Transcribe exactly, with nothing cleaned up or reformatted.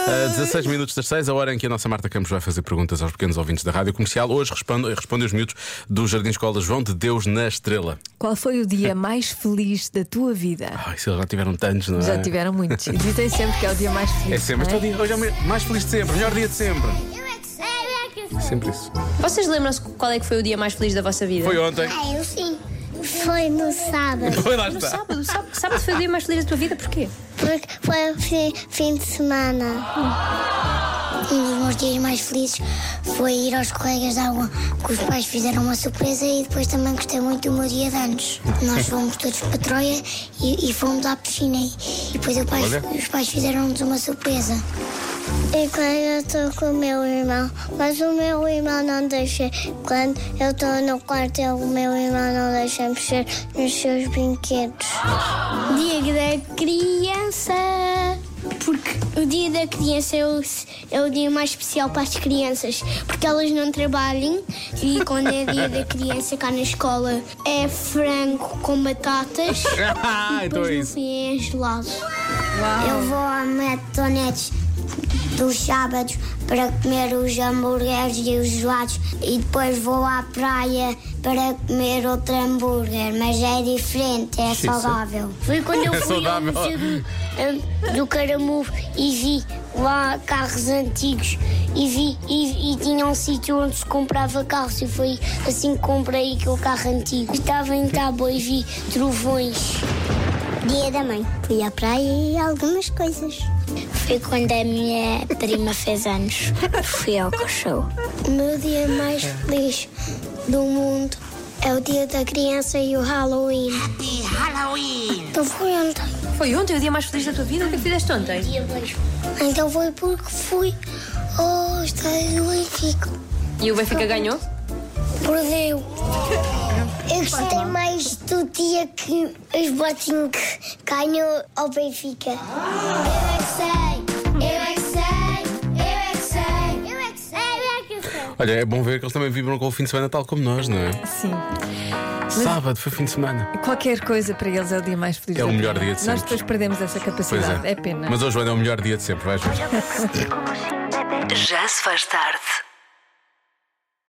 Uh, dezasseis minutos das seis, a hora em que a nossa Marta Campos vai fazer perguntas aos pequenos ouvintes da Rádio Comercial. Hoje responde, responde os miúdos do Jardim Escola João de Deus na Estrela. Qual foi o dia mais feliz da tua vida? Ai, se eles já tiveram tantos, não é? Já tiveram muitos. E dizem sempre que é o dia mais feliz. É sempre, não este é o dia, hoje é o me- mais feliz de sempre, melhor dia de sempre. Eu é que sei, eu é que sei. Sempre isso. Vocês lembram-se qual é que foi o dia mais feliz da vossa vida? Foi ontem. Ah, eu sim. Foi no sábado. Foi lá No está. sábado. Sábado, sábado foi o dia mais feliz da tua vida, porquê? Porque foi o fim, fim de semana. Um dos meus dias mais felizes foi ir aos colegas dar uma, que os pais fizeram uma surpresa e depois também gostei muito do meu dia de anos. Nós fomos todos para Troia e, e fomos à piscina e, e depois o pai, Olha. os pais fizeram-nos uma surpresa. E quando eu estou com o meu irmão, mas o meu irmão não deixa. Quando eu estou no quarto, o meu irmão não deixa mexer nos seus brinquedos. Dia da criança. Porque o dia da criança é o, é o dia mais especial para as crianças. Porque elas não trabalham. E quando é dia da criança cá na escola é frango com batatas. Ah, e então depois é no isso. fim é gelado. Eu vou a McDonald's dos sábados para comer os hambúrgueres e os gelados e depois vou à praia para comer outro hambúrguer, mas é diferente, é Sim, saudável. Foi quando eu É fui ao saudável. museu do, eh, do Caramulo e vi lá carros antigos e vi e, e tinha um sítio onde se comprava carros e foi assim que comprei aquele carro antigo. Estava em Tábua e vi trovões. Dia da mãe. Fui à praia e algumas coisas. Foi quando a minha prima fez anos. Fui ao cachorro. O meu dia mais feliz do mundo é o dia da criança e o Halloween. Happy Halloween! Então foi ontem. Foi ontem o dia mais feliz da tua vida? O que é que fizeste ontem? Dia dois. Então foi porque fui ao estádio do Benfica. E o Benfica ganhou? Perdeu. Eu gostei mais do dia que o Sporting ganhou ao Benfica. Eu é que sei, eu é que sei, eu é que sei, eu é que sei, eu é que sei. Olha, é bom ver que eles também vibram com o fim de semana tal como nós, não é? Sim. Sábado foi fim de semana. Qualquer coisa para eles é o dia mais feliz. É o da melhor vida. dia de Nós sempre. depois perdemos essa Pois capacidade. é. É pena. Mas hoje, Joana, é o melhor dia de sempre, vais ver. Já se faz tarde